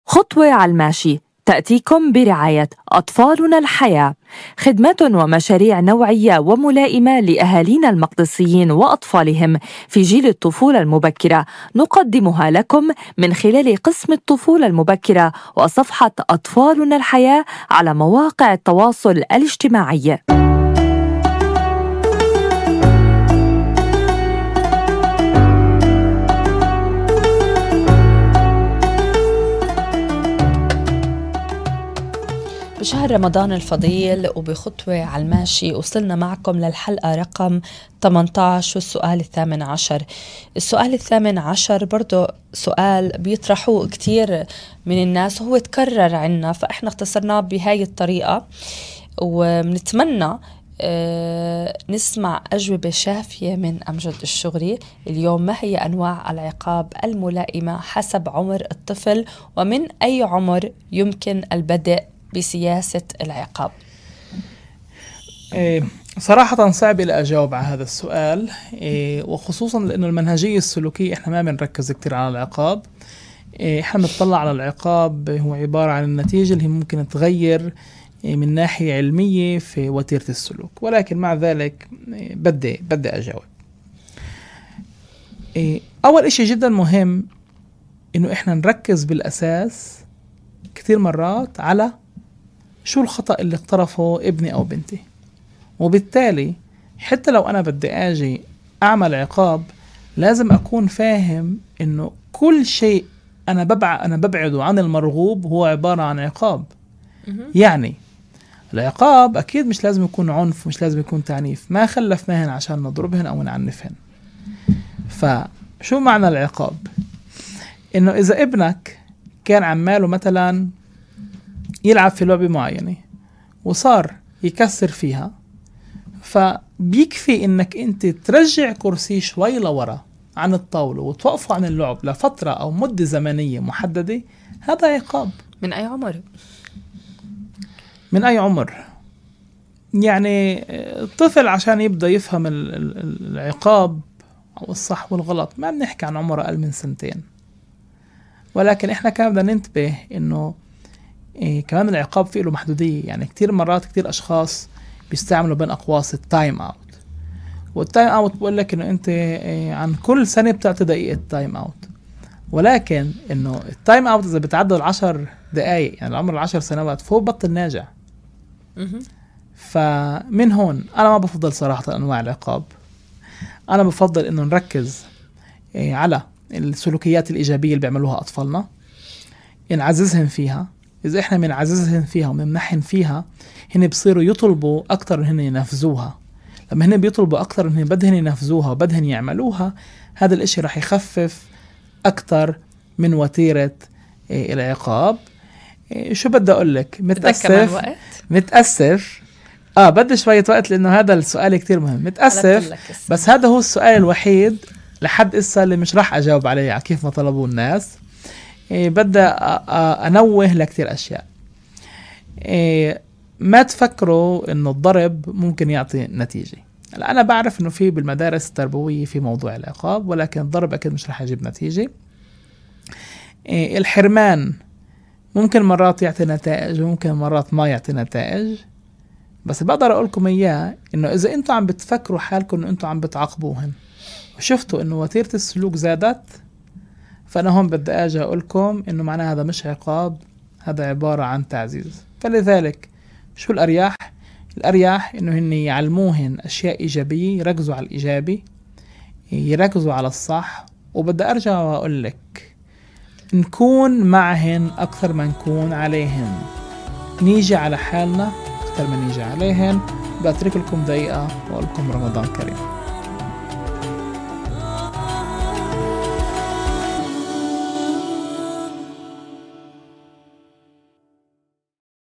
خطوة على الماشي تأتيكم برعاية أطفالنا الحياة، خدمات ومشاريع نوعية وملائمة لأهالينا المقدسيين وأطفالهم في جيل الطفولة المبكرة، نقدمها لكم من خلال قسم الطفولة المبكرة وصفحة أطفالنا الحياة على مواقع التواصل الاجتماعي. بشهر رمضان الفضيل وبخطوة على الماشي وصلنا معكم للحلقة رقم 18 والسؤال 18. السؤال 18 برضو سؤال بيطرحوه كتير من الناس وهو تكرر عنا، فإحنا اختصرناه بهاي الطريقة وبنتمنى نسمع أجوبة شافية من أمجد الشغري. اليوم: ما هي أنواع العقاب الملائمة حسب عمر الطفل، ومن أي عمر يمكن البدء بسياسة العقاب؟ صراحة صعب إلي أجاوب على هذا السؤال، وخصوصا لأنه المنهجية السلوكية إحنا ما بنركز كتير على العقاب. إحنا بنطلع على العقاب هو عبارة عن النتيجة اللي ممكن تغير من ناحية علمية في وتيرة السلوك، ولكن مع ذلك بدي أجاوب. أول إشي جدا مهم إنه إحنا نركز بالأساس كتير مرات على شو الخطأ اللي اقترفه ابني أو بنتي، وبالتالي حتى لو أنا بدي أجي أعمل عقاب لازم أكون فاهم إنه كل شيء أنا ببعده عن المرغوب هو عبارة عن عقاب. يعني العقاب أكيد مش لازم يكون عنف، مش لازم يكون تعنيف، ما خلفناهن عشان نضربهن أو نعنفهن. فشو معنى العقاب؟ إنه إذا ابنك كان عماله مثلا يلعب في لعبة معينة وصار يكسر فيها، فبيكفي إنك أنت ترجع كرسي شوي لورا عن الطاولة وتوقفوا عن اللعب لفترة أو مدة زمنية محددة. هذا عقاب. من أي عمر؟ من أي عمر؟ يعني الطفل عشان يبدأ يفهم العقاب أو الصح والغلط ما بنحكي عن عمر أقل من 2 سنين، ولكن إحنا كمان بدنا ننتبه إنه كمان العقاب فيه له محدودية. يعني كتير مرات كتير أشخاص بيستعملوا بين أقواس التايم أوت، والتايم أوت بقول لك إنه أنت عن كل سنة بتعطي دقيقة تايم أوت، ولكن إنه التايم أوت إذا بتعدل 10 دقايق يعني العمر 10 سنوات فهو بطل ناجع. فمن هون أنا ما بفضل صراحة أنواع العقاب. أنا بفضل إنه نركز على السلوكيات الإيجابية اللي بيعملوها أطفالنا، نعززهم فيها. إذا إحنا بنعززهم فيها ومنمحن فيها هن بصيروا يطلبوا أكتر هن ينفذوها. لما هن بيطلبوا أكتر هن بدهن ينفذوها وبدهن يعملوها، هذا الإشي رح يخفف أكتر من وتيرة العقاب. شو بدي أقول لك؟ متأسف بدي شوية وقت لأنه هذا السؤال كتير مهم. متأسف بس هذا هو السؤال الوحيد لحد إسا اللي مش راح أجاوب عليه على كيف ما طلبوا الناس. بدي أنوه لكتير أشياء. ما تفكروا إنه الضرب ممكن يعطي نتيجة. أنا بعرف إنه في بالمدارس التربوية في موضوع العقاب، ولكن الضرب أكيد مش راح يجيب نتيجة. الحرمان ممكن مرات يعطي نتائج وممكن مرات ما يعطي نتائج، بس بقدر أقولكم إياه إنه إذا أنتوا عم بتفكروا حالكم إنه أنتوا عم بتعاقبوهن وشفتوا إنه وتيرة السلوك زادت، فأنا هون بدي أجي أقولكم إنه معناه هذا مش عقاب، هذا عبارة عن تعزيز. فلذلك شو الأريح؟ الأريح إنه هن يعلموهن أشياء إيجابية، يركزوا على الإيجابي، يركزوا على الصح. وبدي أرجع وأقولك نكون معهن أكثر ما نكون عليهن، نيجي على حالنا أكثر ما نيجي عليهن. بأترك لكم دقيقة وأقول لكم رمضان كريم.